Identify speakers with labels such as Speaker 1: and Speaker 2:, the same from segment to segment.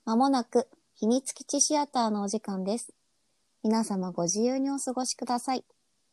Speaker 1: まもなく秘密基地シアターのお時間です。皆様ご自由にお過ごしください。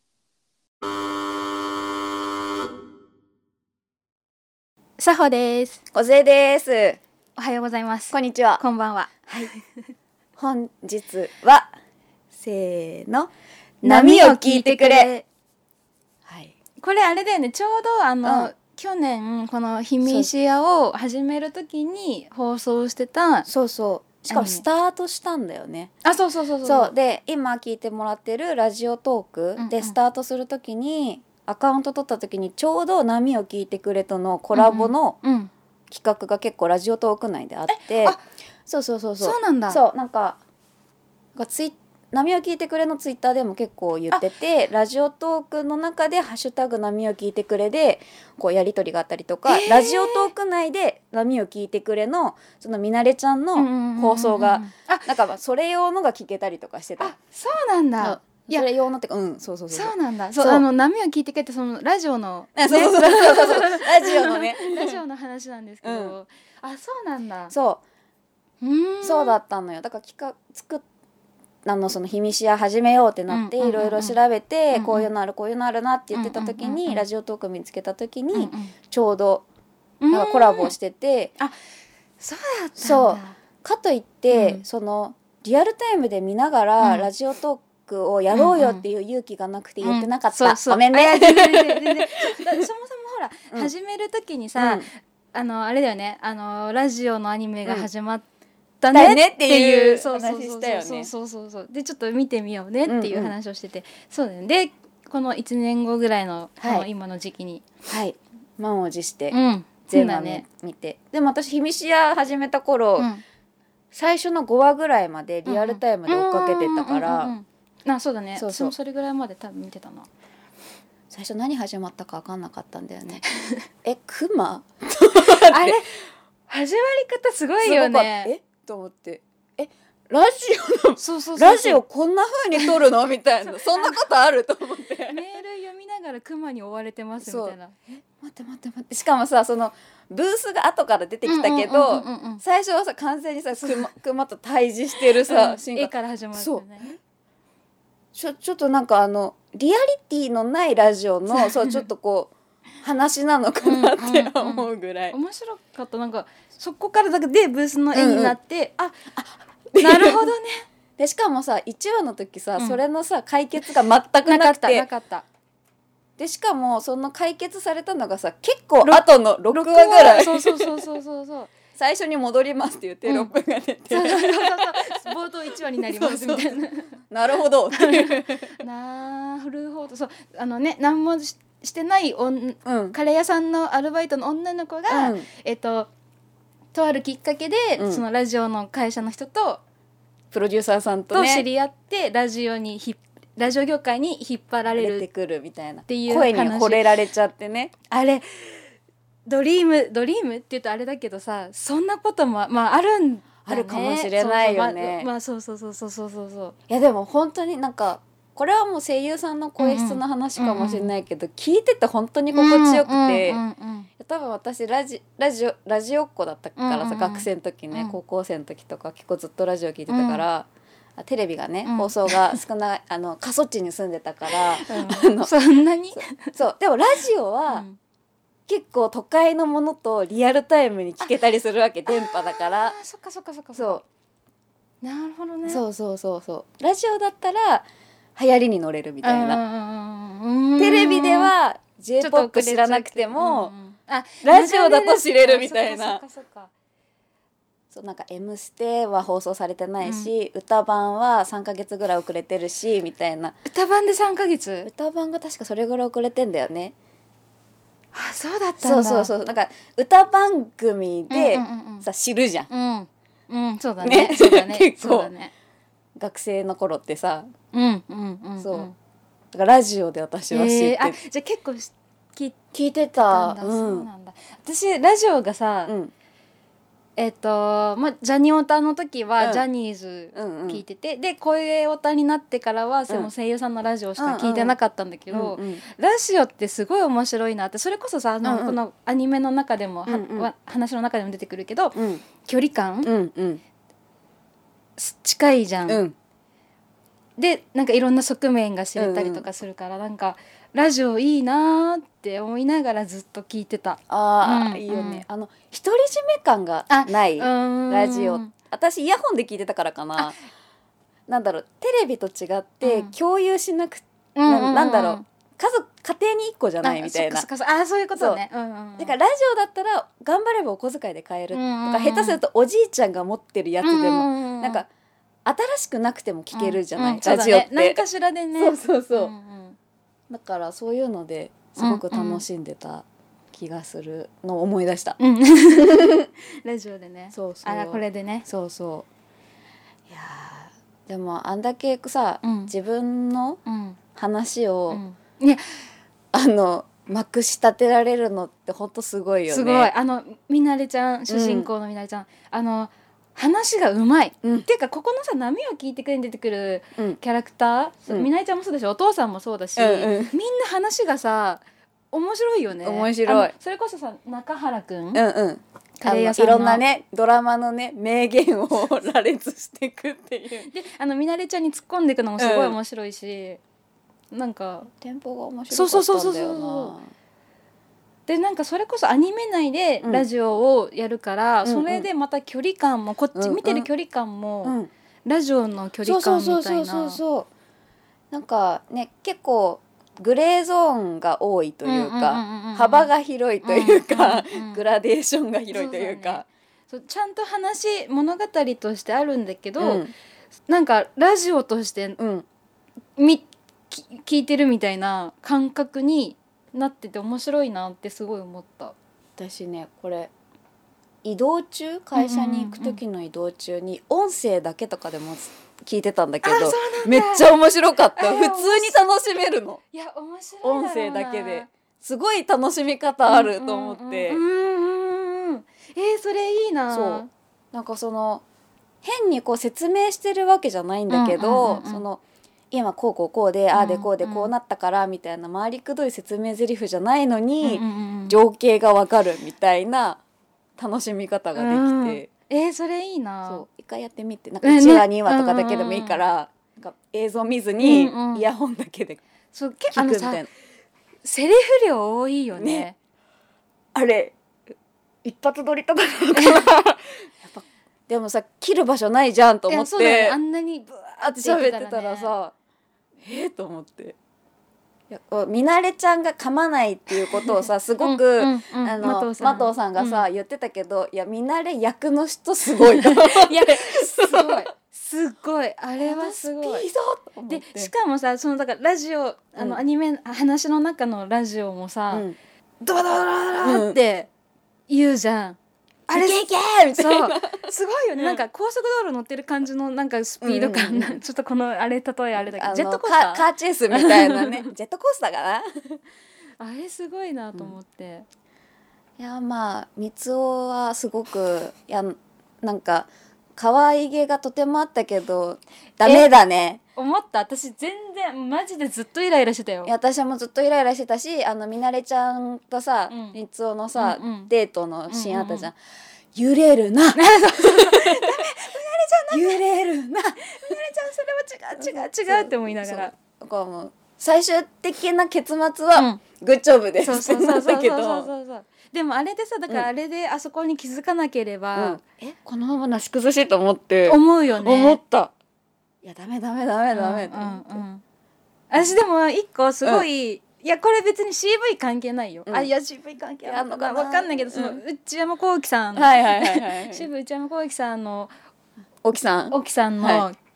Speaker 2: さほです。
Speaker 3: 小勢です。
Speaker 2: おはようございます。
Speaker 3: こんにちは。
Speaker 2: こんばんは。
Speaker 3: はい。本日はせーの、波を聞いてくれ。はい。
Speaker 2: これあれだよね。ちょうど去年この秘密シアを始めるときに放送してた。
Speaker 3: そうそう。しかもスタートしたんだよね。
Speaker 2: あ、そうそうそうそう。
Speaker 3: そうで今聞いてもらってるラジオトークでスタートするときに、アカウント取ったときにちょうど波を聞いてくれとのコラボの企画が結構ラジオトーク内であって、そうそうそうそう。
Speaker 2: そうなんだ。
Speaker 3: そうなんか波を聞いてくれのツイッターでも結構言ってて、ラジオトークの中でハッシュタグ波を聞いてくれでこうやり取りがあったりとか、ラジオトーク内で波を聞いてくれのそのみなれちゃんの放送がなんかそれ用のが聞けたりとかしてた。
Speaker 2: あ、そうなんだ。
Speaker 3: それ用のってか、そうそうそう。
Speaker 2: そうなんだ。そう波を聞いてくれってそのラジオの、
Speaker 3: そうそうそうそうラジオのね
Speaker 2: ラジオの話なんですけど、あ、そうなんだ。
Speaker 3: そうだったのよ。だからその秘密シア始めようってなっていろいろ調べて、こういうのあるこういうのあるなって言ってた時に、ラジオトーク見つけた時にちょうどなんかコラボしてて、
Speaker 2: あ、そうだったんだ。
Speaker 3: そうかといって、そのリアルタイムで見ながらラジオトークをやろうよっていう勇気がなくて言ってなかった。ごめんね。
Speaker 2: そもそもほら、始める時にさ、あれだよね、ラジオのアニメが始まったねっていう
Speaker 3: 話したよね。
Speaker 2: そうでちょっと見てみようねっていう話をしてて、そうだよね。でこの1年後ぐらいの今の時期に
Speaker 3: 満を持して全話見て、でも私秘密シア始めた頃、最初の5話ぐらいまでリアルタイムで追っかけてたから、
Speaker 2: そうだね。私もそれぐらいまで多分見てたな。
Speaker 3: 最初何始まったか分かんなかったんだよね。クマ
Speaker 2: あれ始まり方すごいよね。
Speaker 3: と思って、ラジオこんな風に撮るのみたいなそんなことあると思って、
Speaker 2: メール読みながらクマに追われてますみたいな。
Speaker 3: 待ってしかもさ、そのブースが後から出てきたけど、最初はさ完全にさクマと対峙してるさ、
Speaker 2: 絵から始まるね。
Speaker 3: ちょっとなんかリアリティのないラジオのちょっとこう話なのかなって思うぐらい
Speaker 2: 面白かった。なんかそこからだけでブースの絵になって、なるほどね。
Speaker 3: でしかもさ1話の時さ、それのさ解決が全くなくて、
Speaker 2: なかった。
Speaker 3: でしかもその解決されたのがさ結構後の6話ぐらい。
Speaker 2: そう
Speaker 3: 最初に戻りますって言って6分が出て、
Speaker 2: 冒頭1話になりますみたいな。
Speaker 3: なるほどっていう
Speaker 2: なるほど。そう何もしてないカレー屋さんのアルバイトの女の子が、とあるきっかけで、そのラジオの会社の人と
Speaker 3: プロデューサーさんとね
Speaker 2: 知り合ってラジオ業界に引っ張られる
Speaker 3: 出てくるみたいな
Speaker 2: っていう
Speaker 3: 声に惚れられちゃってね。
Speaker 2: あれドリームって言うとあれだけどさ、そんなこともあるんだね。
Speaker 3: あるかもしれないよね。
Speaker 2: そう
Speaker 3: いやでも本当になんかこれはもう声優さんの声質の話かもしれないけど、聞いてて本当に心地よくて、多分私ラジオっ子だったからさ、学生の時ね、高校生の時とか結構ずっとラジオ聞いてたから、テレビがね、放送が少ない過疎地に住んでたから、
Speaker 2: そんなに
Speaker 3: そうでもラジオは、結構都会のものとリアルタイムに聞けたりするわけ、電波だから。
Speaker 2: そっか
Speaker 3: そう
Speaker 2: なるほどね。
Speaker 3: そうラジオだったら流行りに乗れるみたいな。テレビでは J-POP 知らなくても、ラジオだと知れるみたいな。そうなんか M ステは放送されてないし、歌番は3ヶ月ぐらい遅れてるしみたいな。
Speaker 2: 歌番で3ヶ月？
Speaker 3: 歌番が確かそれぐらい遅れてんだよね。
Speaker 2: そうだったんだ。
Speaker 3: そうなんか歌番組でさ知るじゃん。
Speaker 2: そうだね。結構
Speaker 3: 学生の頃ってさ、そうだからラジオで私は知って、
Speaker 2: じゃあ結構
Speaker 3: 聞いてた。
Speaker 2: そうなんだ。私ラジオがさ、ジャニオタの時はジャニーズ聞いてて、で声オタになってからはその声優さんのラジオしか聞いてなかったんだけど、ラジオってすごい面白いなって。それこそさこのアニメの中でも、話の中でも出てくるけど、距離感、 近いじゃん、
Speaker 3: うん、
Speaker 2: でなんかいろんな側面が知れたりとかするから、なんかラジオいいなって思いながらずっと聞いてた。
Speaker 3: いいよね。独り占め感がないラジオ。私イヤホンで聞いてたからかな。なんだろう、テレビと違って共有しなく、なんだろう、家庭に1個じゃないみたいな。
Speaker 2: そういうことね。
Speaker 3: だからラジオだったら頑張ればお小遣いで買えるとか、下手するとおじいちゃんが持ってるやつでもなんか新しくなくても聞けるじゃない、ラジオって。
Speaker 2: 何かしらでね。
Speaker 3: そう。だからそういうのですごく楽しんでた気がするのを思い出した。
Speaker 2: ラジオでね。
Speaker 3: そう。
Speaker 2: これでね。
Speaker 3: そう。いやでもあんだけさ、自分の話を、まくし立てられるのってほんとすごいよね。
Speaker 2: すごい。みなれちゃん、主人公のみなれちゃん、話がうまい、っていうかここのさ波を聞いてくれに出てくるキャラクター、みなりちゃんもそうだしお父さんもそうだし、みんな話がさ面白いよね。
Speaker 3: 面白い。
Speaker 2: それこそさ中原くん、
Speaker 3: カレー屋さんのいろんなねドラマのね名言を羅列していくっていう
Speaker 2: でみなりちゃんに突っ込んでいくのもすごい面白いし、なんか
Speaker 3: テンポが面白かったんだよな。
Speaker 2: でなんかそれこそアニメ内でラジオをやるから、それでまた距離感もこっち見てる距離感も、ラジオの距離感みたいな。
Speaker 3: なんかね結構グレーゾーンが多いというか、幅が広いというか、グラデーションが広いというか、
Speaker 2: そうちゃんと物語としてあるんだけど、なんかラジオとして、聞いてるみたいな感覚になってて面白いなってすごい思った。
Speaker 3: 私ねこれ移動中、会社に行く時の移動中に音声だけとかでも聞いてたんだけど、めっちゃ面白かった。普通に楽しめるの。
Speaker 2: いや面白い
Speaker 3: 音声だけですごい楽しみ方あると思って。
Speaker 2: それいいな。
Speaker 3: そうなんか変にこう説明してるわけじゃないんだけど、今こうでああでこうでこうなったからみたいな回りくどい説明台詞じゃないのに、情景がわかるみたいな楽しみ方ができて、
Speaker 2: それいいな。
Speaker 3: そう一回やってみて、なんか1話2話とかだけでもいいから、なんか映像見ずにイヤホンだけで聞くみたいな。
Speaker 2: セリフ量多いよね。
Speaker 3: あれ一発撮りとかなのかなやっぱでもさ切る場所ないじゃんと思って、
Speaker 2: あんなにブワーって
Speaker 3: 喋ってたらさと思って、みなれちゃんが噛まないっていうことをさすごく麻藤さんがさ言ってたけど、いやみなれ役の人すごいといや
Speaker 2: すごいあれはすごい。
Speaker 3: で
Speaker 2: しかもさだからラジオアニメ話の中のラジオもさ、ドバドバドバドバって言うじゃん。
Speaker 3: あれみたいな。
Speaker 2: そうすごいよね。なんか高速道路乗ってる感じのなんかスピード感、ちょっとこの例えあれだけどジェットコースター
Speaker 3: カーチェイスみたいなねジェットコースターかな
Speaker 2: あれすごいなと思って、
Speaker 3: いや三つ男はすごくなんか可愛げがとてもあったけどダメだね。
Speaker 2: 思った。私全然マジでずっとイライラしてたよ。
Speaker 3: いや私もずっとイライラしてたし、みなれちゃんとさ三つ男のさ、デートのシーンあったじゃん、揺れるなダメみなれちゃん揺れるなみなれちゃん
Speaker 2: それは違うって思いながら、
Speaker 3: だからもう最終的な結末は、グッジョブです
Speaker 2: そうでもあれでさだからあれであそこに気づかなければ、
Speaker 3: このままなし崩しと思って
Speaker 2: 思うよね。
Speaker 3: 思った。いやダメ
Speaker 2: 私でも一個すごい、いやこれ別に CV 関係ないよ、いや CV 関係あるのか分かんないけど、内山聖輝さん渋内山聖輝さんの
Speaker 3: 沖さん
Speaker 2: の、なんか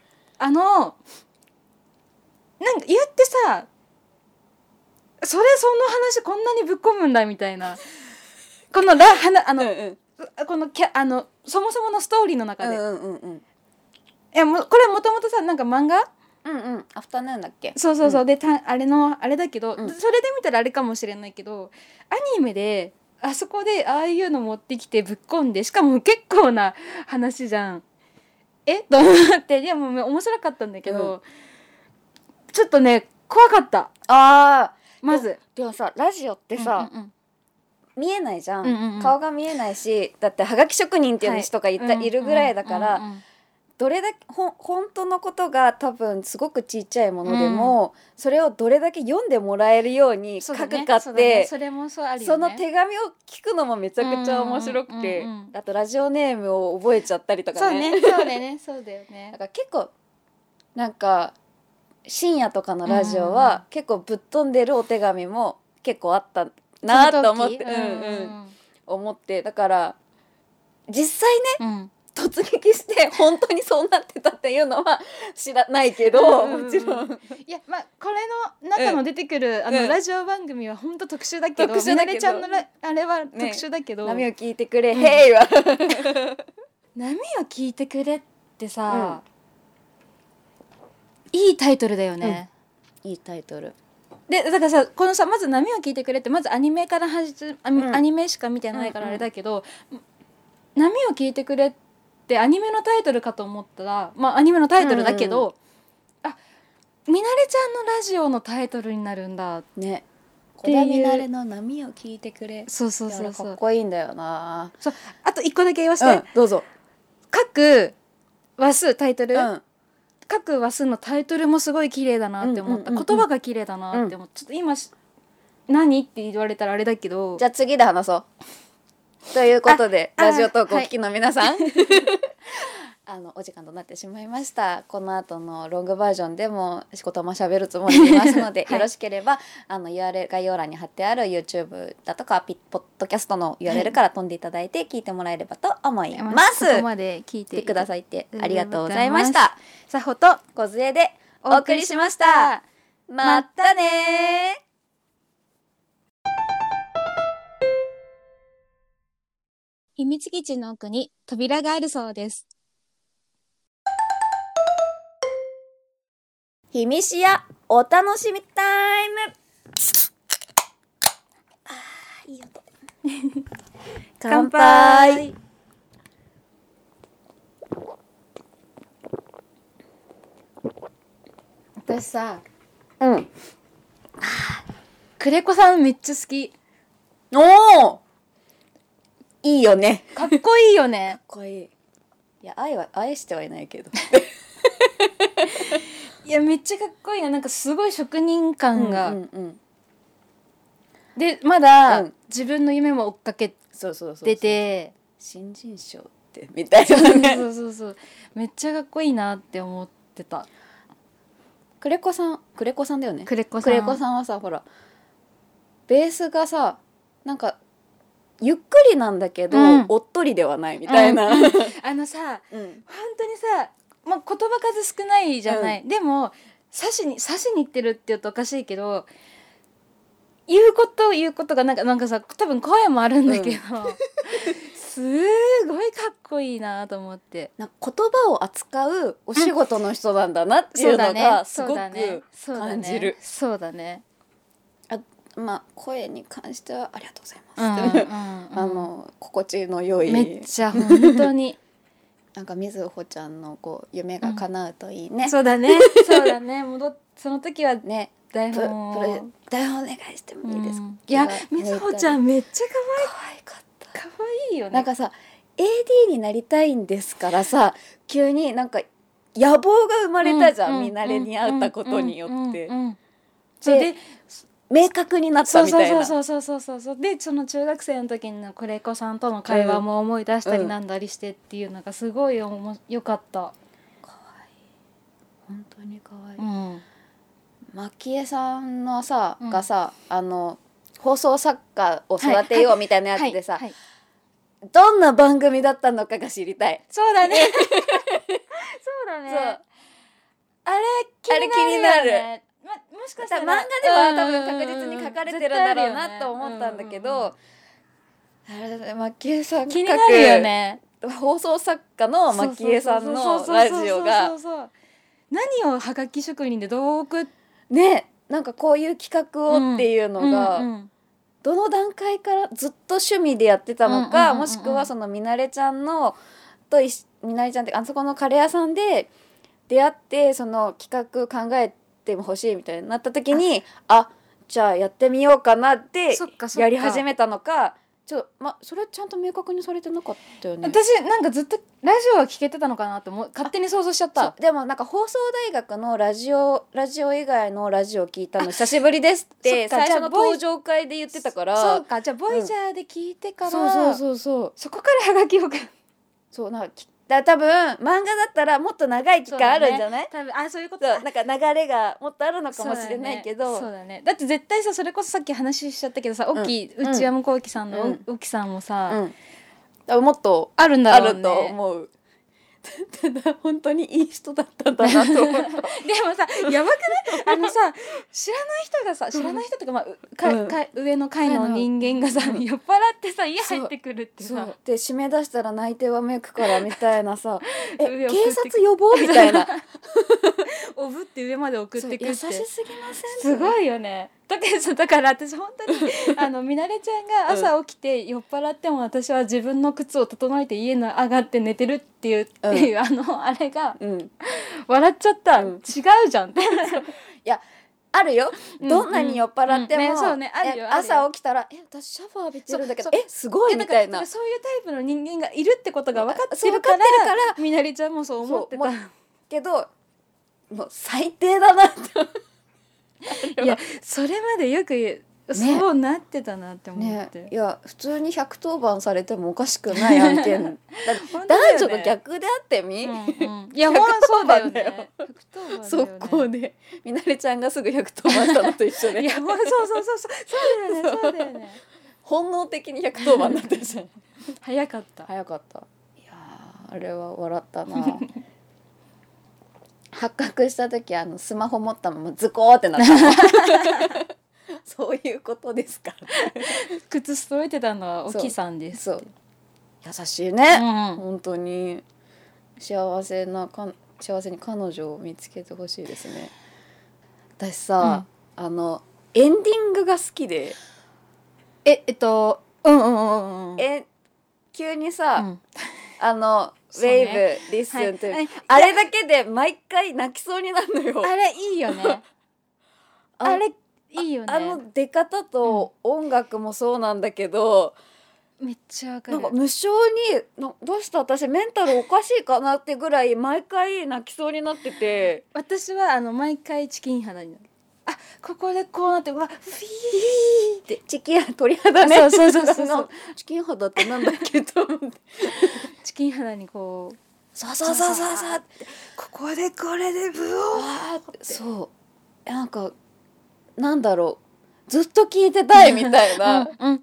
Speaker 2: 言ってさその話こんなにぶっ込むんだみたいなこのこのそもそものストーリーの中で、いやこれもともとさなんか漫画
Speaker 3: アフタヌーンだっけ。
Speaker 2: そうであれだけど、それで見たらあれかもしれないけどアニメであそこでああいうの持ってきてぶっ込んで、しかも結構な話じゃん。と思って、いやもう面白かったんだけど、ちょっとね怖かった。まず
Speaker 3: でもさラジオってさ、見えないじゃん、顔が見えないし、だってはがき職人っていう人がいるぐらいだから、 どれだけ本当のことが多分すごくちっちゃいものでも、それをどれだけ読んでもらえるように書くかって、
Speaker 2: それもそうあるよね。
Speaker 3: その手紙を聞くのもめちゃくちゃ面白くて、あとラジオネームを覚えちゃったりとかね。
Speaker 2: そうだよね。
Speaker 3: だから結構なんか深夜とかのラジオは結構ぶっ飛んでるお手紙も結構あったなと思って、思って、だから実際ね、突撃して本当にそうなってたっていうのは知らないけど、もちろん
Speaker 2: いや、まあこれの中の出てくる、ラジオ番組は本当特殊だけど、みなれちゃんのあれは特殊だけど、
Speaker 3: 波を聞いてくれ、ヘイは
Speaker 2: 波を聞いてくれってさ、いいタイトルだよね。
Speaker 3: いいタイトル
Speaker 2: で、だからさ、このさ、まず波を聞いてくれってまずアニメからアニメしか見てないからあれだけど、波を聞いてくれってアニメのタイトルかと思ったら、まあアニメのタイトルだけど、あ、みなれちゃんのラジオのタイトルになるんだ
Speaker 3: ね。小田みなれの波を聞いてくれ。
Speaker 2: そう
Speaker 3: かっこいいんだよな。
Speaker 2: そう、あと一個だけ言わせて、
Speaker 3: どうぞ。
Speaker 2: 各話数タイトル、各話数のタイトルもすごい綺麗だなって思った。言葉が綺麗だなって思った。ちょっと今何って言われたらあれだけど、
Speaker 3: じゃあ次で話そうということで、ラジオトークお聞きの皆さん、お時間となってしまいました。この後のロングバージョンでもしこたましゃべるつもりでいますので、よろしければURL 概要欄に貼ってある YouTube だとかポッドキャストの URL から飛んでいただいて聞いてもらえればと思います。
Speaker 2: ここまで聞いて
Speaker 3: くださいってありがとうございました。
Speaker 2: さほと
Speaker 3: 小杖でお送りしました。またね。
Speaker 1: 秘密基地の奥に扉があるそうです。
Speaker 3: ひみしやお楽しみタイム。いい音。乾杯。
Speaker 2: 私さ、クレコさんめっちゃ好き。
Speaker 3: おお、いいよね。
Speaker 2: かっこいいよね。
Speaker 3: かっこいい。いや、愛してはいないけど。
Speaker 2: いや、めっちゃかっこいいな。なんかすごい職人感が、でまだ、自分の夢も追っかけてて、
Speaker 3: 新人賞ってみたいなね。
Speaker 2: そうめっちゃかっこいいなって思ってた。
Speaker 3: クレコさんだよね。
Speaker 2: クレコ
Speaker 3: さんはさ、ほらベースがさ、なんかゆっくりなんだけど、おっとりではないみたいな、
Speaker 2: さ、本当にさ、まあ、言葉数少ないじゃない、でも刺しにいってるって言うとおかしいけど、言うことがなんかさ、多分声もあるんだけど、すごいかっこいいなと思って。
Speaker 3: 言葉を扱うお仕事の人なんだなっていうのがすごく感じる。
Speaker 2: そうだね。
Speaker 3: まあ声に関してはありがとうございます。心地の良い。
Speaker 2: めっちゃ本当に。
Speaker 3: なんかみずほちゃんのこう夢が叶うといいね。
Speaker 2: そうだね。その時はね、台本お
Speaker 3: 願いしてもいいですか。
Speaker 2: いや、みずほちゃんめっちゃ
Speaker 3: 可愛かった。
Speaker 2: 可愛いよね。
Speaker 3: なんかさ、AD になりたいんですからさ、急になんか野望が生まれたじゃん。見慣れに会ったことによって。で明確になったみたいな。
Speaker 2: そうで、その中学生の時のクレコさんとの会話も思い出したりなんだりしてっていうのがすごいよかった。
Speaker 3: 可愛い、本当に可愛い。蒔絵さんのさ、がさ、放送作家を育てようみたいなやつでさ、どんな番組だったのかが知りたい。
Speaker 2: そうだね。そうだね。あれ気になる。もしかしたら
Speaker 3: 漫画では多分確実に書かれてるんだろうなと思ったんだけど、蒔絵さん
Speaker 2: 気になるよね。
Speaker 3: 放送作家の蒔絵さんのラジオが
Speaker 2: 何をはがき職人でどう送って
Speaker 3: ね、なんかこういう企画をっていうのがどの段階からずっと趣味でやってたのか、もしくはそのみなれちゃんみなれちゃんってあそこのカレー屋さんで出会ってその企画考えてほしいみたいになった時に、じゃあやってみようかなってやり始めたのか、 それちゃんと明確にされてなかったよね。
Speaker 2: 私なんかずっとラジオは聞けてたのかなって勝手に想像しちゃった。
Speaker 3: でもなんか放送大学のラジオ以外のラジオ聞いたの久しぶりですって最初の登場会で言ってたから。
Speaker 2: そうか、じゃあボイジャーで聞いてから、
Speaker 3: そ
Speaker 2: こからハガキを
Speaker 3: そうなんか多分漫画だったらもっと長い期間あるんじゃない？
Speaker 2: 多分そういうことだ。
Speaker 3: なんか流れがもっとあるのかもしれないけど、
Speaker 2: そうだね。だって絶対さ、それこそさっき話しちゃったけどさ、内山聖輝さんの沖さんもさ、
Speaker 3: もっと
Speaker 2: あるんだろうね。
Speaker 3: あると思う。ただ本当にいい人だったんだなと思った。でも
Speaker 2: さ、やばくない？さ、知らない人とか、上の階の人間がさ、酔っ払ってさ、家入ってくるってさ、
Speaker 3: で締め出したら泣いてわめくからみたいなさ警察呼ぼうみたいな
Speaker 2: おぶって上まで送ってくって
Speaker 3: 優しすぎませ
Speaker 2: ん？すごいよね。だから私本当にみなれちゃんが朝起きて酔っ払っても私は自分の靴を整えて家に上がって寝てるっていう、あれが、笑っちゃった、違うじゃんってい
Speaker 3: やあるよ、どんなに酔っ払っても、朝起きたら私シャワー浴びてるんだけどすごいみたいな、
Speaker 2: そういうタイプの人間がいるってことが分かってるからみなりちゃんもそう思ってた
Speaker 3: けど、もう最低だなって
Speaker 2: いやそれまでよくそうなってたなって思って、
Speaker 3: いや普通に110番されてもおかしくない案件男女の逆であってみ、
Speaker 2: いやほんそうだよね、
Speaker 3: 速攻でみなれちゃんがすぐ110番したのと一緒で
Speaker 2: いやもうそうだよね
Speaker 3: 本能的に110番だったじゃん
Speaker 2: 早かった。
Speaker 3: いやあれは笑ったな発覚した時スマホ持ったままズコーってなったそういうことですか
Speaker 2: 靴揃えてたのは沖さんです。
Speaker 3: そう優しいね、本当に幸せに彼女を見つけてほしいですね。私さ、エンディングが好きで急にさ、ウェイブリッスンってあれだけで毎回泣きそうになるのよ。
Speaker 2: あれいいよねあれいいよね。
Speaker 3: 出方と音楽もそうなんだけど、
Speaker 2: めっちゃわかる。
Speaker 3: なんか無性にどうした私メンタルおかしいかなってぐらい毎回泣きそうになってて、
Speaker 2: 私は毎回チキン肌になる。ここでこうなってフィーって
Speaker 3: チキン鳥肌ね。
Speaker 2: そう
Speaker 3: チキン肌ってなんだっけと思って
Speaker 2: チキン肌にこう
Speaker 3: そう
Speaker 2: ここでこれでブワーって、
Speaker 3: そうなんかなんだろう、ずっと聞いてたいみたいななん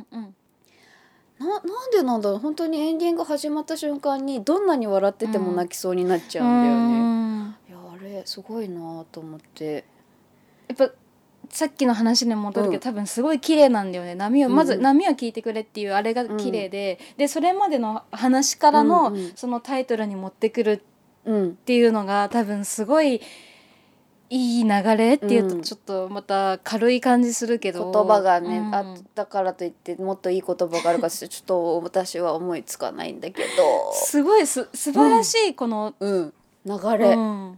Speaker 3: でなんだろう、本当にエンディング始まった瞬間にどんなに笑ってても泣きそうになっちゃうんだよね。いやあれすごいなと思って。
Speaker 2: やっぱさっきの話に戻るけど、多分すごい綺麗なんだよね。まず波を聞いてくれっていうあれが綺麗で、でそれまでの話からの、そのタイトルに持ってくるっていうのが多分すごいいい流れっていうとちょっとまた軽い感じするけど、
Speaker 3: 言葉がね、だからといってもっといい言葉があるかちょっと私は思いつかないんだけど
Speaker 2: すごい素晴らしいこの、
Speaker 3: 流れ、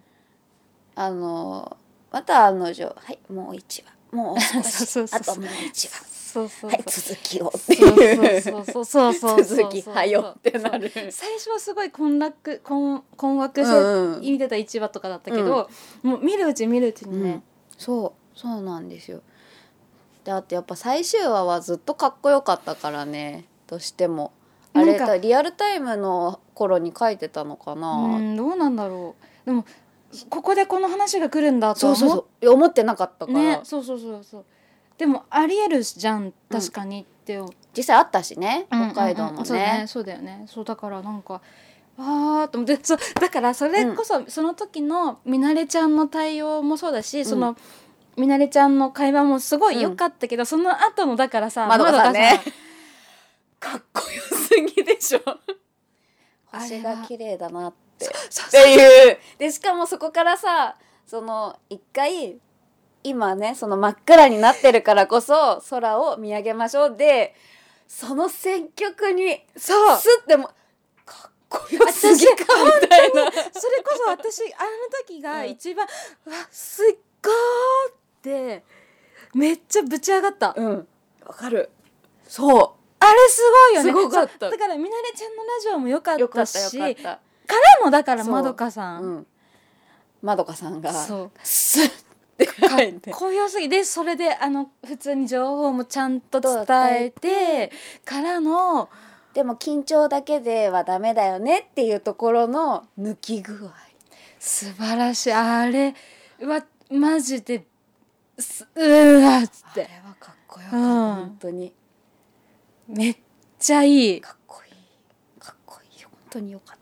Speaker 3: またはいもう1話もう少しあともう1話はい続きをっていう続きはよってなる。
Speaker 2: 最初はすごい困惑して見てた1話とかだったけど、もう見るうちにね、
Speaker 3: そうなんですよ。であとやっぱ最終話はずっとかっこよかったからね、どうしてもあれリアルタイムの頃に書いてたのかな、
Speaker 2: どうなんだろう。でもここでこの話が来るんだとは
Speaker 3: 思ってなかったから、
Speaker 2: ね、そうでもありえるじゃん確かにって、
Speaker 3: 実際あったしね、北海道のね、
Speaker 2: そうだよね。そうだからなんかと思って、だからそれこそその時のみなれちゃんの対応もそうだし、そのみなれちゃんの会話もすごい良かったけど、その後のだからさ
Speaker 3: まどかさんねかっこよすぎでしょ星が綺麗だなっていうで、しかもそこからさ一回今ね真っ暗になってるからこそ空を見上げましょうで、その選曲にスッてもかっこよすぎかみたいな
Speaker 2: それこそ私時が一番、すっごーってめっちゃぶち上がった。
Speaker 3: わかる。そう
Speaker 2: あれすごいよね。
Speaker 3: すごかった。
Speaker 2: だからみなれちゃんのラジオも良かったし、
Speaker 3: よかった
Speaker 2: からもだからまどかさん、
Speaker 3: まどかさんが
Speaker 2: そう
Speaker 3: スッて書いて
Speaker 2: かっこよすぎで、それで普通に情報もちゃんと伝えてからの、
Speaker 3: でも緊張だけではダメだよねっていうところの抜き具合
Speaker 2: 素晴らしい。あれはマジでうわっつって、
Speaker 3: あれはかっこよかった、本当に
Speaker 2: めっちゃいい、
Speaker 3: かっこいい本当によかった。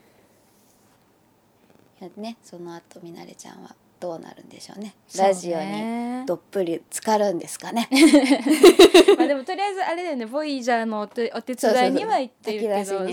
Speaker 3: いやね、その後みなれちゃんはどうなるんでしょうね。ラジオにどっぷり浸かるんですかね。
Speaker 2: まあでもとりあえずあれだよね、ボイジャーのお手伝いには行ってるけど、そう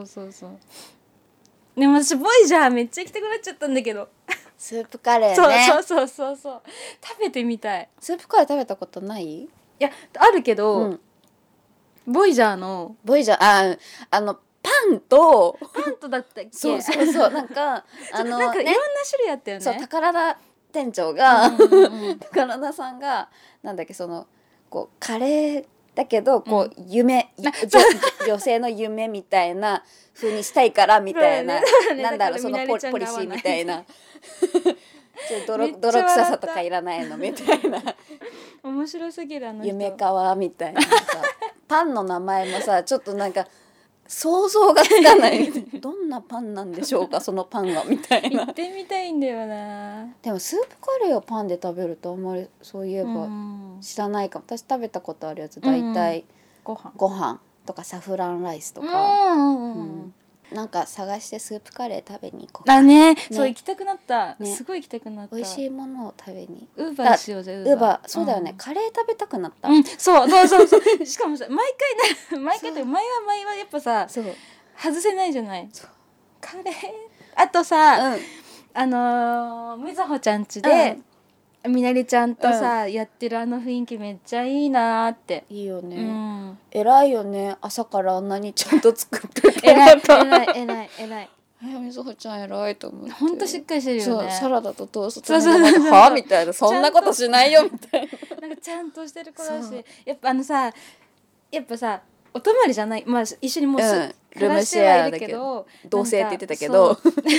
Speaker 2: でも私ボイジャーめっちゃ行きたくなっちゃったんだけど、
Speaker 3: スープカレーね。
Speaker 2: そう食べてみたい。
Speaker 3: スープカレー食べたことない？い
Speaker 2: やあるけど、ボイジャー
Speaker 3: パンと
Speaker 2: だったっけ？
Speaker 3: そうなんか
Speaker 2: いろんな種類あったよね。
Speaker 3: そう、宝田店長が、宝田さんがなんだっけ、そのこうカレーだけどこう夢、女性の夢みたいな風にしたいからみたいな、なんだろう、そのポリシーみたいな泥臭さとかいらないのみたいな
Speaker 2: 面白すぎる
Speaker 3: 夢川みたいなさパンの名前もさちょっとなんか想像がつかないどんなパンなんでしょうかそのパンはみたいな。
Speaker 2: 行ってみたいんだよな。
Speaker 3: でもスープカレーをパンで食べるとあんまりそういえば知らないかも。私食べたことあるやつだいたいご飯とかサフランライスとか、なんか探してスープカレー食べに行こうか。
Speaker 2: ね、そう行きたくなった、すごい行きたくなった。
Speaker 3: 美味しいものを食べに。
Speaker 2: ウーバーしようぜ。
Speaker 3: ウーバー、そうだよね、カレー食べたくなった。
Speaker 2: そうしかもさ毎回って前はやっぱさ外せないじゃない。カレーあとさ、みずほちゃんちでみなりちゃんとさやってる雰囲気めっちゃいいなって。
Speaker 3: いいよね、偉いよね、朝からあんなにちゃんと作ってて
Speaker 2: 偉い
Speaker 3: みずほちゃん偉いと思って。
Speaker 2: ほんとしっかりしてるよね。
Speaker 3: サラダとトーストはみたいな、そんなことしないよみたいな。
Speaker 2: なんかちゃんとしてる子だし、やっぱやっぱさお泊まりじゃない、まあ一緒にもう
Speaker 3: ルームシェアだけど同棲って言ってたけど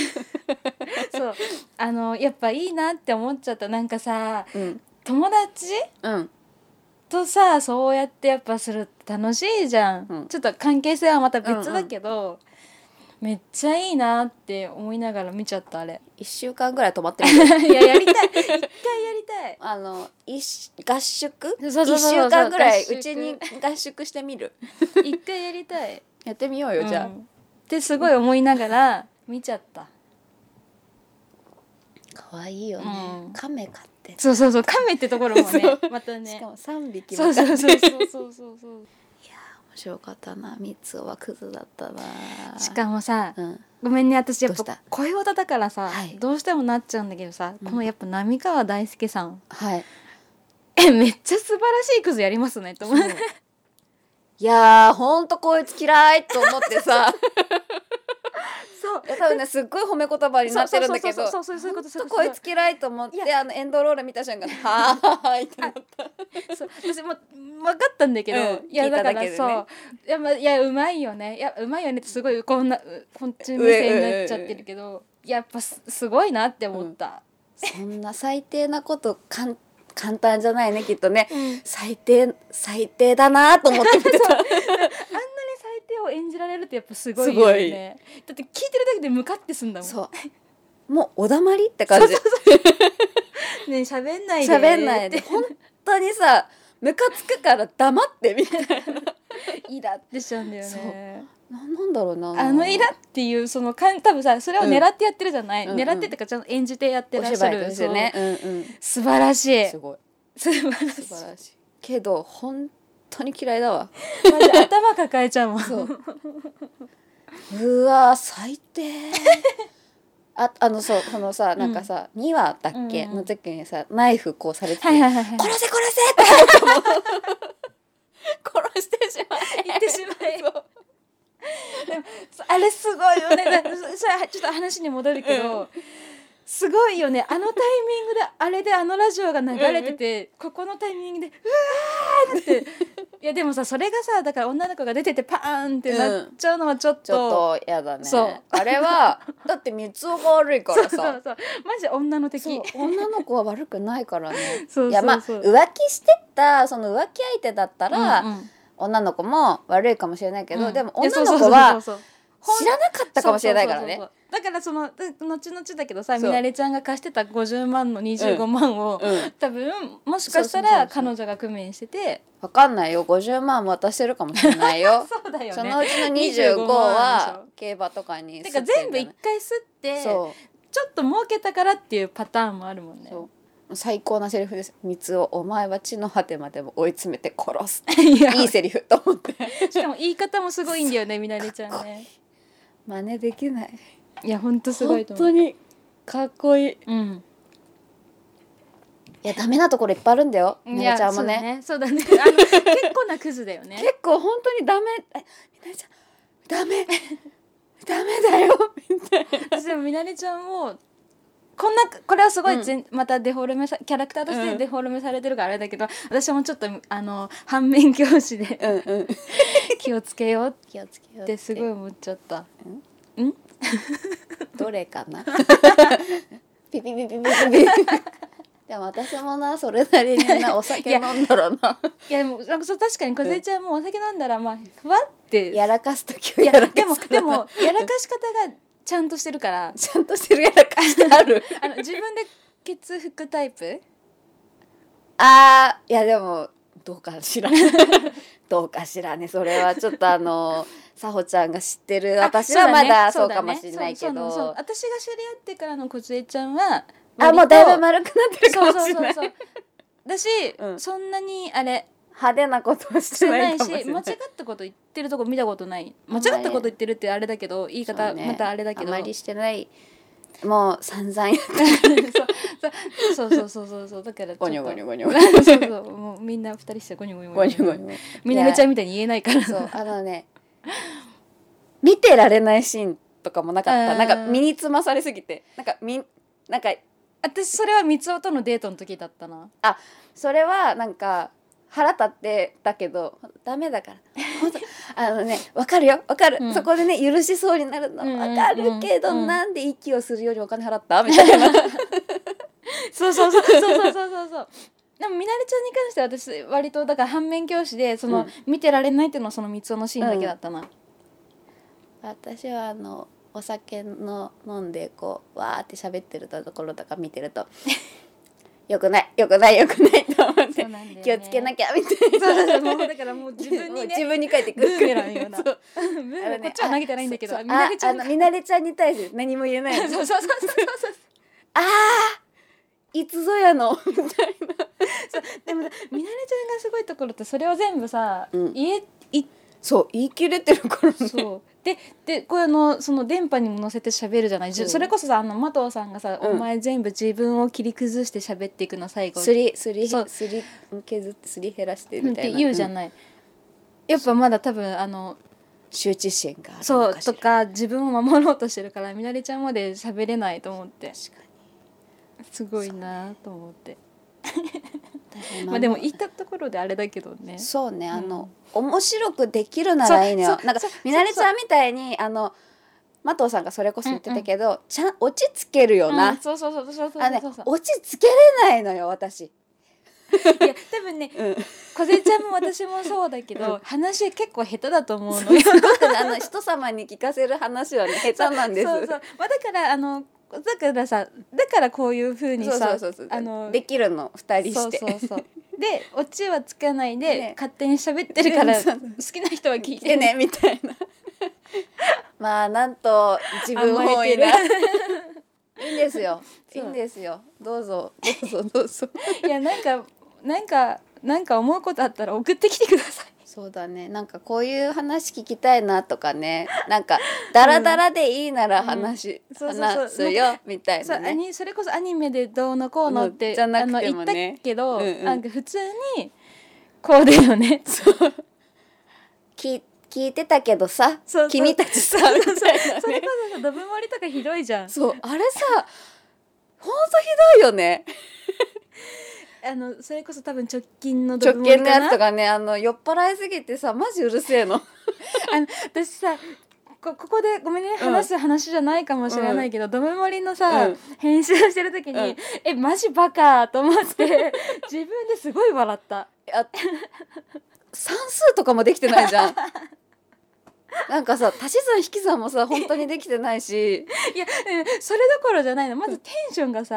Speaker 2: そうやっぱいいなって思っちゃった。なんかさ、友達、とさそうやってやっぱするって楽しいじゃん、ちょっと関係性はまた別だけど、めっちゃいいなって思いながら見ちゃった。あれ
Speaker 3: 1週間ぐらい泊まってみる
Speaker 2: いややりたい、一回やりたい。
Speaker 3: 合宿1週間ぐらいうちに合宿してみる
Speaker 2: 一回やりたい。
Speaker 3: やってみようよ、じゃあ
Speaker 2: ってすごい思いながら見ちゃった。
Speaker 3: 可愛いよね、カメ飼って
Speaker 2: そうカメってところもねまたね、
Speaker 3: しかも3匹も飼って、
Speaker 2: そう
Speaker 3: いや面白かったな。みつおはクズだったな。
Speaker 2: しかもさ、ごめんね、私やっぱ声歌だからさ、どうしてもなっちゃうんだけどさ、このやっぱ浪川大輔さん、めっちゃ素晴らしいクズやりますねと思う。
Speaker 3: いやーほんとこいつ嫌いと思ってさ多分ねすっごい褒め言葉になってるんだけど、ほんとこいつ嫌いと思ってエンドロール見た瞬間はーいってなった。
Speaker 2: 私も分かったんだけど、いやだからそういやうまいよね、ってすごいこっち目線になっちゃってるけど、やっぱすごいなって思った、
Speaker 3: そんな最低なこと簡単じゃないねきっとね、最低だなと思って見てた。あんなに
Speaker 2: 最低を演じられるってやっぱすごいよね。だって聞いてるだけでムカってすんだもん。
Speaker 3: そうもうおだまりって感じ。
Speaker 2: ね喋んないで
Speaker 3: 本当にさムカつくから黙ってみたいな
Speaker 2: イラってしちゃうんだよね。
Speaker 3: なんだろうな、
Speaker 2: イラっていうその多分さそれを狙ってやってるじゃない、狙ってってかちゃんと演じてやってらっしゃる、
Speaker 3: ですよね、
Speaker 2: 素晴らしい、
Speaker 3: すごい素晴らしいけど本当に嫌いだわ。
Speaker 2: マジ頭抱えちゃうもん。
Speaker 3: うわ最低。そうこのさなんかさ、2話だっけ、の時にさナイフこうされてて、殺せって思ったもん。殺してしまえ
Speaker 2: 言ってしまえ。あれすごいよね。それちょっと話に戻るけど、 すごいよね。あのタイミングであれであのラジオが流れてて、ここのタイミングでうわーっていやでもさそれがさだから女の子が出ててパーンってなっちゃうのはちょっと
Speaker 3: やだね。
Speaker 2: そう
Speaker 3: あれはだって三つおが悪いからさ
Speaker 2: そうマジ女の敵。
Speaker 3: 女の子は悪くないからね
Speaker 2: そう
Speaker 3: いやまあ浮気してたその浮気相手だったら、女の子も悪いかもしれないけど、でも女の子は知らなかったかもしれないからね。
Speaker 2: だからその後々だけどさみなれちゃんが貸してた50万の25万を、多分もしかしたら彼女が工面してて
Speaker 3: 分かんないよ50万渡してるかもしれないよ
Speaker 2: そうだよね。
Speaker 3: そのうちの25は競馬とかに
Speaker 2: てか全部一回吸ってちょっと儲けたからっていうパターンもあるもんね。
Speaker 3: そう最高なセリフです。三つをお前は地の果てまでも追い詰めて殺すいいセリフと思って
Speaker 2: しかも言い方もすごいんだよねみなれちゃんね。
Speaker 3: 真似できない。
Speaker 2: いや本当すごいと思う。
Speaker 3: 本当にかっこいい。いやダメなところいっぱいあるんだよ。みなれちゃんもね。
Speaker 2: そうだね。結構なクズだよね。
Speaker 3: 結構本当にダメ。みなれちゃんダメだよみたいな。
Speaker 2: 私でもみなれちゃんもこれはすごいまたデフォルメキャラクターとしてデフォルメされてるからあれだけど、私もちょっと反面教師で気をつけようってすごい思っちゃった。
Speaker 3: どれかなピピピピピピでも私もなそれなりになお酒飲んだらない
Speaker 2: やでもなんか確かに梢ちゃんもお酒飲んだらまあふわって
Speaker 3: やらかすときはやらかす
Speaker 2: でもやらかし方がちゃんとしてるから
Speaker 3: ちゃんとしてるやらかしてある
Speaker 2: 自分でケツ拭くタイプ。
Speaker 3: いやでもどうかしらどうかしらね。それはちょっとさほちゃんが知ってる私はまだそうかもしれないけど、
Speaker 2: 私が知り合ってからの梢ちゃんは
Speaker 3: もうだいぶ丸くなってるかもしれない。
Speaker 2: だし、そんなにあれ
Speaker 3: 派手なことをしてないかもしれない
Speaker 2: し間違ったこと言ってるとこ見たことない。間違ったこと言ってるってあれだけど言い方またあれだけど
Speaker 3: あまりしてないもう散々や
Speaker 2: そうだから
Speaker 3: ゴニョゴニョゴニ
Speaker 2: ョそうもうみんな二人してゴニョゴニョ
Speaker 3: ゴニョゴニョ
Speaker 2: みなれちゃんみたいに言えないから
Speaker 3: そう見てられないシーンとかもなかった。なんか身につまされすぎてなんか
Speaker 2: 私それは三尾とのデートの時だったな。
Speaker 3: それはなんか腹立ってたけどダメだから本当分かるよ分かる、そこでね許しそうになるの分かるけど、なんで息をするよりお金払ったみたいな
Speaker 2: そうでもみなれちゃんに関しては私割とだから反面教師で見てられないっていうのはその三尾のシーンだけだったな。
Speaker 3: 私はお酒の飲んでこうわーって喋ってるところとか見てるとよくないと思って気をつけなきゃみたいな。
Speaker 2: そうもうだからもう自分にね
Speaker 3: 自分に返ってくる
Speaker 2: ブーメランようなこっちは投げてないんだけどみなれちゃん
Speaker 3: に対して何も言えない
Speaker 2: そう
Speaker 3: いつぞやのみたいな。
Speaker 2: でもみなれちゃんがすごいところってそれを全部さ言
Speaker 3: い切れてるからね。
Speaker 2: そうでこれその電波にも乗せて喋るじゃない。それこそさ真藤さんがさ、お前全部自分を切り崩して喋っていくの最後
Speaker 3: すり削ってすり減らしてみたいな
Speaker 2: って言うじゃない、やっぱまだ多分
Speaker 3: 羞恥心があるのかしら。
Speaker 2: そうとか自分を守ろうとしてるからみなれちゃんまで喋れないと思って。
Speaker 3: 確かに
Speaker 2: すごいなと思ってまあでも言ったところであれだけどね。
Speaker 3: そうね面白くできるならいいのよ。なんかみなれちゃんみたいに真藤さんがそれこそ言ってたけど、落ち着けるよな。
Speaker 2: そう
Speaker 3: 落ち着けれないのよ私。
Speaker 2: いや多分ね梢ちゃんも私もそうだけど話結構下手だと思うのよ。
Speaker 3: 人様に聞かせる話はね下手なんです。
Speaker 2: まあ、だからこういう風にさ
Speaker 3: できるの2人して
Speaker 2: そうでオチはつかないで、勝手に喋ってるから好きな人は聞いてねみたいな
Speaker 3: まあなんと自分本位ないいんですよどうぞ
Speaker 2: いやなんか思うことあったら送ってきてください。
Speaker 3: そうだね。なんかこういう話聞きたいなとかね、なんかダラダラでいいなら話すよみたいなね。
Speaker 2: それこそアニメでどうのこうのって
Speaker 3: じゃなくてもね
Speaker 2: 言ったけど、なんか普通にこうだよね。
Speaker 3: そう聞いてたけどさ、君たちさみたいなね。
Speaker 2: それこそドブ盛りとかひどいじゃん。
Speaker 3: そうあれさほんとひどいよね。
Speaker 2: それこそ多分直近の
Speaker 3: 直近のやつとかね、酔っ払いすぎてさマジうるせえの。
Speaker 2: 私さここでごめんね、話す話じゃないかもしれないけど、ドムモリのさ、編集してる時に、マジバカと思って自分ですごい笑った。
Speaker 3: 算数とかもできてないじゃん。なんかさ足し算引き算もさ本当にできてないし、
Speaker 2: いやそれどころじゃないの。まずテンションがさ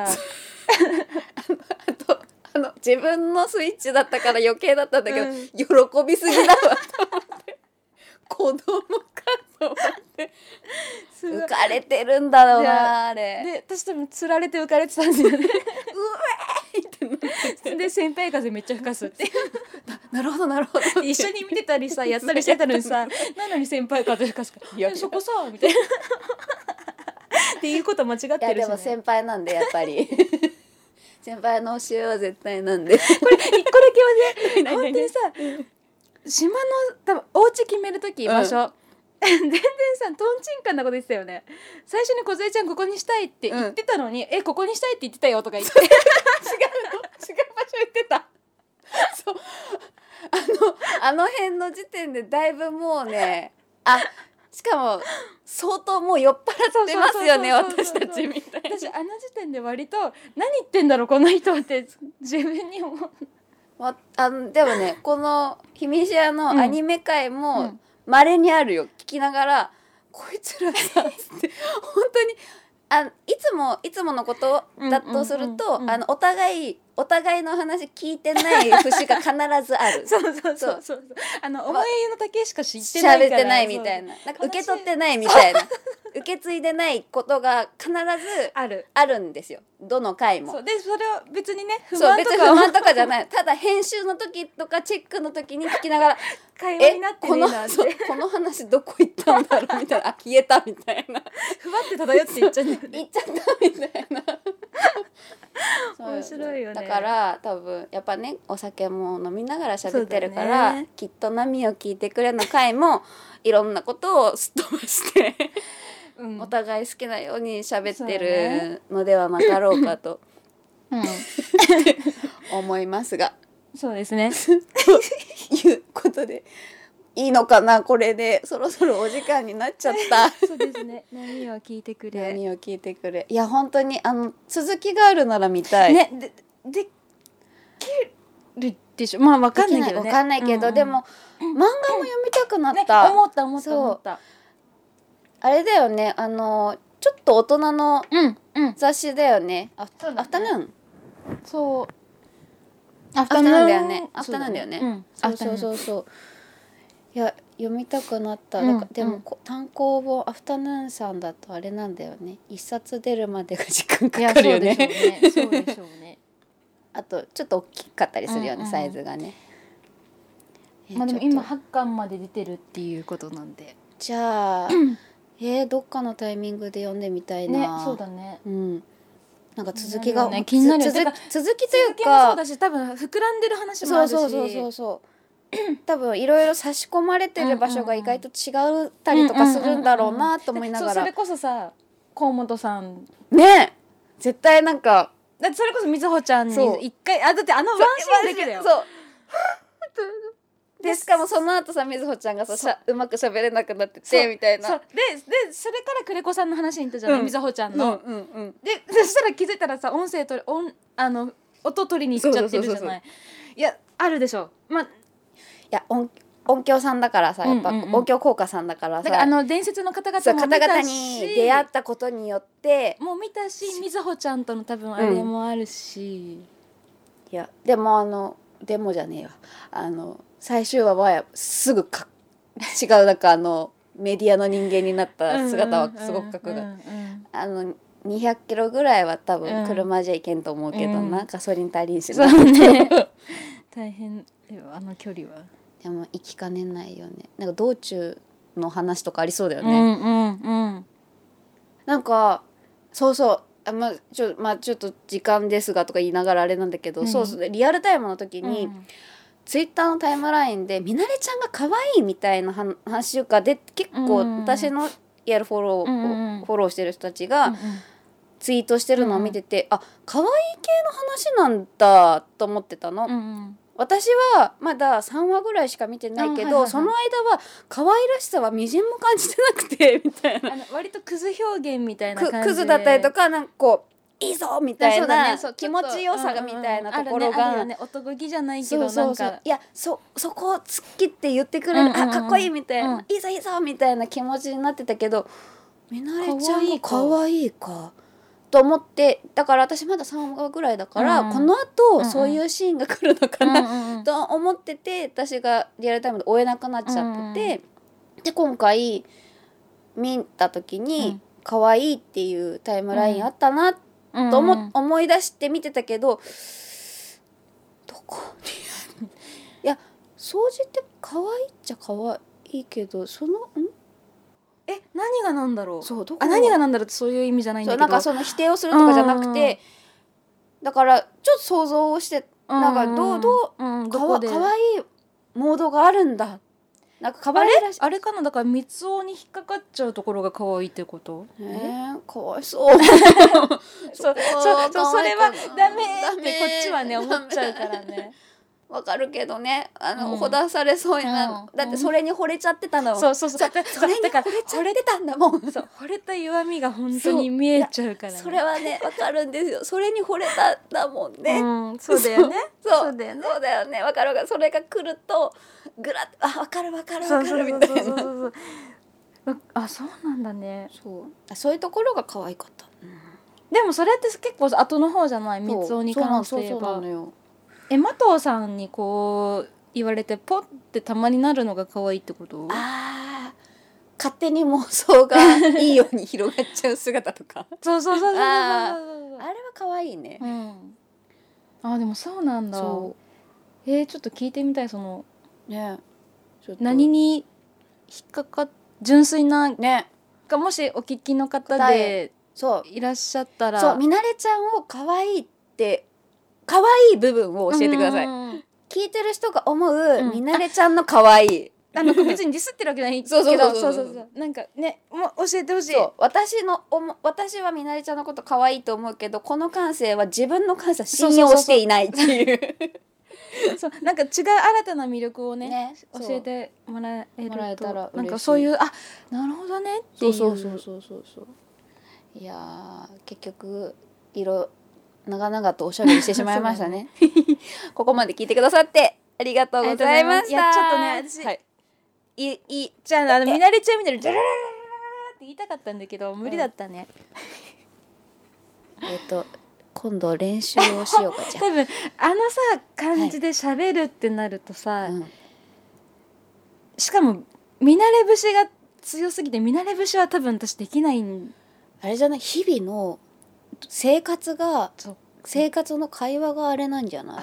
Speaker 3: あと自分のスイッチだったから余計だったんだけど、喜びすぎだわと思って子供かと思って浮かれてるんだろうなあれ
Speaker 2: で、私多分つられて浮かれてたんだよねうえーってなってで先輩風めっちゃ吹かすって
Speaker 3: なるほどなるほど
Speaker 2: 一緒に見てたりさやったりしてたのにさなのに先輩風吹かすからそこさみたいなっていうこと間違ってるし、ね、
Speaker 3: いやでも先輩なんでやっぱり先輩の教えは絶対なんでこ
Speaker 2: れ一個だけはね本当にさ島の多分お家決める時場所、全然さトンチンカンなこと言ってたよね。最初に梢ちゃんここにしたいって言ってたのに、ここにしたいって言ってたよとか言って違う場所言ってた。
Speaker 3: そうあの辺の時点でだいぶもうねしかも相当もう酔っ払ってますよね私たちみたいな。
Speaker 2: 私あの時点で割と何言ってんだろうこの人って自分に思う。
Speaker 3: でもねこのひみしやのアニメ界も稀にあるよ、聞きながらこいつらさって本当にいつものことだとすると、お互いの話聞いてない節が必ずある
Speaker 2: そう思いの丈しか知ってないから
Speaker 3: 喋ってないみたいな、なんか受け取ってないみたいな受け継いでないことが必ずあるんですよどの回も。
Speaker 2: でそれは別にね
Speaker 3: 不満とかじゃないただ編集の時とかチェックの時に聞きながら
Speaker 2: 会話になってねえなって
Speaker 3: この話どこ行ったんだろうみたいな消えたみたいな
Speaker 2: ふわって漂っていっちゃうんだよね
Speaker 3: 行っちゃったみたいな
Speaker 2: 面白いよね。
Speaker 3: だから多分やっぱねお酒も飲みながら喋ってるから、きっと波を聞いてくれの回もいろんなことをすっ飛ばしてお互い好きなように喋ってるのではなかろうかと思いますが
Speaker 2: そうですね
Speaker 3: ということでいいのかなこれでそろそろお時間になっちゃった
Speaker 2: そうですね波を聞いてくれ
Speaker 3: いや本当に続きがあるなら見たい
Speaker 2: ねできるでしょ。まあ分かんないけどね。
Speaker 3: 分かんないけど、でも漫画も読みたくなった、
Speaker 2: 思った
Speaker 3: あれだよねちょっと大人の雑誌だよね、アフタヌーン
Speaker 2: そう
Speaker 3: アフタヌーンだよねそういや読みたくなった。でも単行本アフタヌーンさんだとあれなんだよね、一冊出るまでが時間かかるよね。
Speaker 2: そうでしょうね
Speaker 3: あとちょっと大きかったりするよね、サイズがね。
Speaker 2: まあでも今8巻まで出てるっていうことなんで、
Speaker 3: じゃあどっかのタイミングで読んでみたいな。
Speaker 2: ね、そうだね。
Speaker 3: なんか続きが
Speaker 2: 気になる。
Speaker 3: 続きというか、
Speaker 2: そうだし、多分膨らんでる話もあるし、
Speaker 3: そう多分いろいろ差し込まれてる場所が意外と違ったりとかするんだろうなと思いながら、
Speaker 2: それこそさ河本さん
Speaker 3: ね絶対なんか
Speaker 2: だってそれこそみずほちゃんに一回だってワンシーンだけだよ。
Speaker 3: そうでしかもその後さみずほちゃんがさうまく喋れなくなっててみたいな。
Speaker 2: でそれから久連子さんの話に行ったじゃない、みずほちゃんの。でそしたら気づいたらさ音取りに行っちゃってるじゃない。いやあるでしょ。まあい
Speaker 3: や音響さんだからさ、やっぱ音響効果さんだからさ、
Speaker 2: だから伝説の方々も見たし、
Speaker 3: 方々に出会ったことによって
Speaker 2: もう見たし、みずほちゃんとの多分あれもあるし、
Speaker 3: いやでもでもじゃねえわ、最終話はすぐ違うなんかメディアの人間になった姿はすごくかっこよかった。200キロぐらいは多分車じゃいけんと思うけどな、ガソリン足りんしな。
Speaker 2: そうね大変よ距離は。
Speaker 3: でも行きかねないよね。なんか道中の話とかありそうだよね。なんかそうちょっと時間ですがとか言いながらあれなんだけど、リアルタイムの時に、ツイッターのタイムラインでみなれちゃんが可愛いみたいな話が結構私のフォローしてる人たちが、 ツイートしてるのを見てて、あ、可愛い系の話なんだと思ってたの、私はまだ3話ぐらいしか見てないけど、その間は可愛らしさはみじんも感じてなくてみたいな、
Speaker 2: 割とクズ表現みたいな感じで、
Speaker 3: クズだったりとか、なんかこういいぞみたいな、気持ちよさがみたいなところが、
Speaker 2: あるね、男気じゃないけど、なんか
Speaker 3: いや、そこを突っ切って言ってくれる、あ、かっこいいみたいな、いいぞいいぞみたいな気持ちになってたけど、みなれちゃんが可愛いかと思って、だから私まだ3話ぐらいだから、この後そういうシーンが来るのかなと思ってて、私がリアルタイムで追えなくなっちゃってて、で今回見た時に可愛いっていうタイムラインあったなと思い出して見てたけど、どこにいや、掃除って可愛いっちゃ可愛いけど、
Speaker 2: 何がなんだろう、
Speaker 3: そう、
Speaker 2: 何がなんだろうってそういう意味じゃないんだけど、
Speaker 3: なんかその否定をするとかじゃなくて、だからちょっと想像をして、なんか可愛いモードがあるんだ、なんか可愛いらしい、
Speaker 2: あれかな、だから三つ男に引っかかっちゃうところが可愛いってこと？
Speaker 3: かわいそうそれ
Speaker 2: はダメってこっちはね思っちゃうからね。
Speaker 3: わかるけどね、ほだされそうな、だってそれに惚れちゃってたの、
Speaker 2: そう
Speaker 3: それに惚れちゃってたんだもん、
Speaker 2: 惚れた弱みが本当に見えちゃうからね。
Speaker 3: それはねわかるんですよ、それに惚れたんだもんね、
Speaker 2: そうだよね、
Speaker 3: そうだよね、わかる、それが来るとグラッ、あ、わかるみたいな、
Speaker 2: あ、そうなんだね。
Speaker 3: そういうところが可愛かった、
Speaker 2: でもそれって結構後の方じゃない、三つ男に関して言えば。
Speaker 3: そうなのよ。
Speaker 2: マトウさんにこう言われてポッてたまになるのが可愛いってこと？
Speaker 3: ああ、勝手に妄想がいいように広がっちゃう姿とか
Speaker 2: そうあれは
Speaker 3: 可愛いね、
Speaker 2: あ、でもそうなんだ。ちょっと聞いてみたい、その
Speaker 3: ね、
Speaker 2: 何に引っかかっ、純粋な
Speaker 3: ね
Speaker 2: がもしお聞きの方でいらっしゃったら、
Speaker 3: みなれちゃんを可愛いって可愛い部分を教えてください、聞いてる人が思うみなれちゃんの可愛い、
Speaker 2: 別にディスってるわけじゃないけど、そうなんかね、もう教えてほしい。
Speaker 3: 私はみなれちゃんのこと可愛いと思うけど、この感性は自分の感性は信用していないっていう
Speaker 2: そう、なんか違う新たな魅力をね教えてもらえると、なんかそういう、あ、なるほどねっていう。
Speaker 3: そういや結局長々とおしゃべりしてしまいましたねここまで聞いてくださってありがとうございました。
Speaker 2: いや、ちょっとね、私、じゃあ見慣れちゃうみたいなジャララララって言いたかったんだけど無理だったね、
Speaker 3: 今度練習をしようかじゃあ
Speaker 2: 多分さ感じで喋るってなるとさ、しかも見慣れ節が強すぎて、見慣れ節は多分私できない
Speaker 3: あれじゃない、日々の生活の会話があれなんじゃない？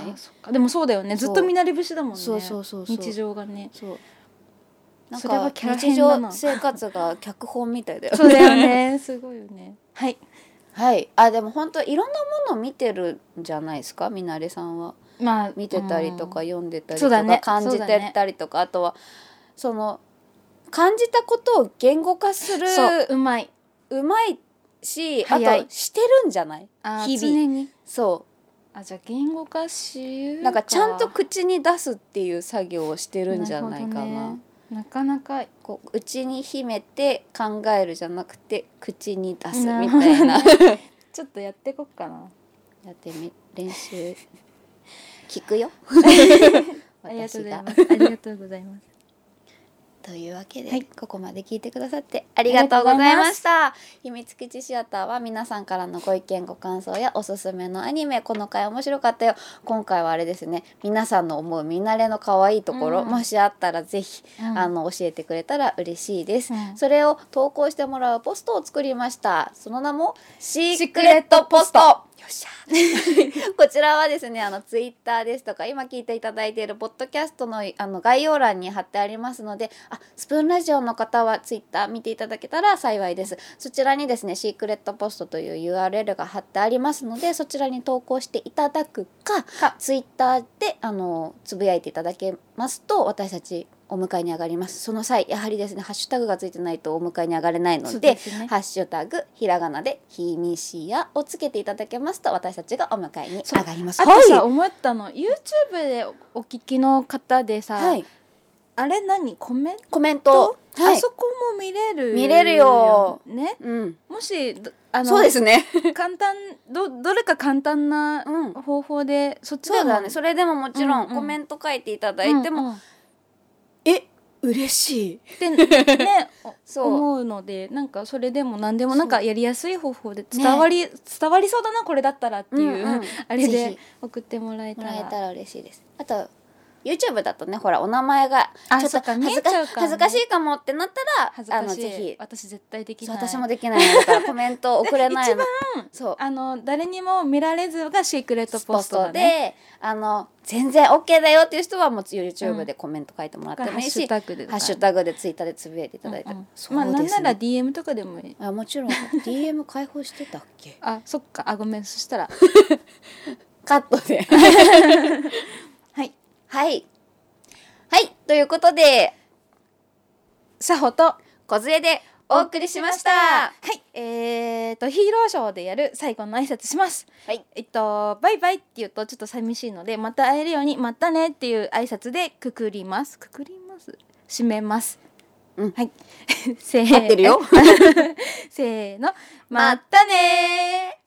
Speaker 2: でもそうだよね、ずっと見慣れ節だもんね。
Speaker 3: そう
Speaker 2: 日常がね、
Speaker 3: なんか日常生活が脚本みたいだよね
Speaker 2: そうだよね、すごいよね。
Speaker 3: はい、あ、でも本当いろんなもの見てるんじゃないですか、みなれさんは。見てたりとか読んでたりとか、感じてたりとか、あとはその感じたことを言語化する、
Speaker 2: うまい
Speaker 3: し、あとしてるんじゃない？日々
Speaker 2: 常に。
Speaker 3: じ
Speaker 2: ゃあ言語化し
Speaker 3: なんかちゃんと口に出すっていう作業をしてるんじゃないかな。
Speaker 2: なかなか
Speaker 3: こう内に秘めて考えるじゃなくて口に出すみたいな
Speaker 2: ちょっとやってこっかな。
Speaker 3: 練習聞くよ
Speaker 2: ありがとうございます
Speaker 3: というわけで、ここまで聞いてくださってありがとうございました。秘密基地シアターは皆さんからのご意見ご感想やおすすめのアニメ、この回面白かったよ、今回はあれですね、皆さんの思う見慣れの可愛いところ、もしあったらぜひ、教えてくれたら嬉しいです、それを投稿してもらうポストを作りました。その名もシークレットポスト。よっしゃこちらはですね、ツイッターですとか今聞いていただいているポッドキャストの概要欄に貼ってありますので、スプーンラジオの方はツイッター見ていただけたら幸いです。そちらにですね、シークレットポストという URL が貼ってありますので、そちらに投稿していただくかツイッターでつぶやいていただけますと私たちお迎えに上がります。その際やはりですねハッシュタグがついてないとお迎えに上がれないの で、ハッシュタグひらがなでひみしやをつけていただけますと私たちがお迎えに上がります。
Speaker 2: あとさ、思ったの YouTube でお聞きの方でさ、はい、あれ何コメント、はい、あそこも見れる
Speaker 3: よ
Speaker 2: ね、うん、もし
Speaker 3: そうですね
Speaker 2: 簡単どれか簡単な方法で、そっちでも
Speaker 3: そうだね、それでももちろんコメント書いていただいても、嬉しい
Speaker 2: ってね思うので、なんかそれでも何でもなんかやりやすい方法で伝わりそうだなこれだったらっていう、あれで送ってもらえたら
Speaker 3: 嬉しいです。あとYouTube だとねほらお名前がちょっと恥ずかしいかもってなったらぜひ
Speaker 2: 私絶対できない、
Speaker 3: 私もできないのだからコメント送れないの
Speaker 2: 一番誰にも見られずがシークレットポストだね。
Speaker 3: で全然 OK だよっていう人はもう YouTube でコメント書いてもらってもいいし、ハッシュタグでツイッターでつぶやいていただいて、
Speaker 2: まあなんなら DM とかでもいい。
Speaker 3: もちろんDM 開放してたっけ
Speaker 2: そっかごめん、そしたら
Speaker 3: カットではいということで
Speaker 2: さほと
Speaker 3: こずえでお送りしました。
Speaker 2: はい、ヒーローショーでやる最後の挨拶します。
Speaker 3: はい。
Speaker 2: バイバイって言うとちょっと寂しいので、また会えるようにまたねっていう挨拶で締めます。はい。
Speaker 3: 合ってるよ。
Speaker 2: せーの、またねー。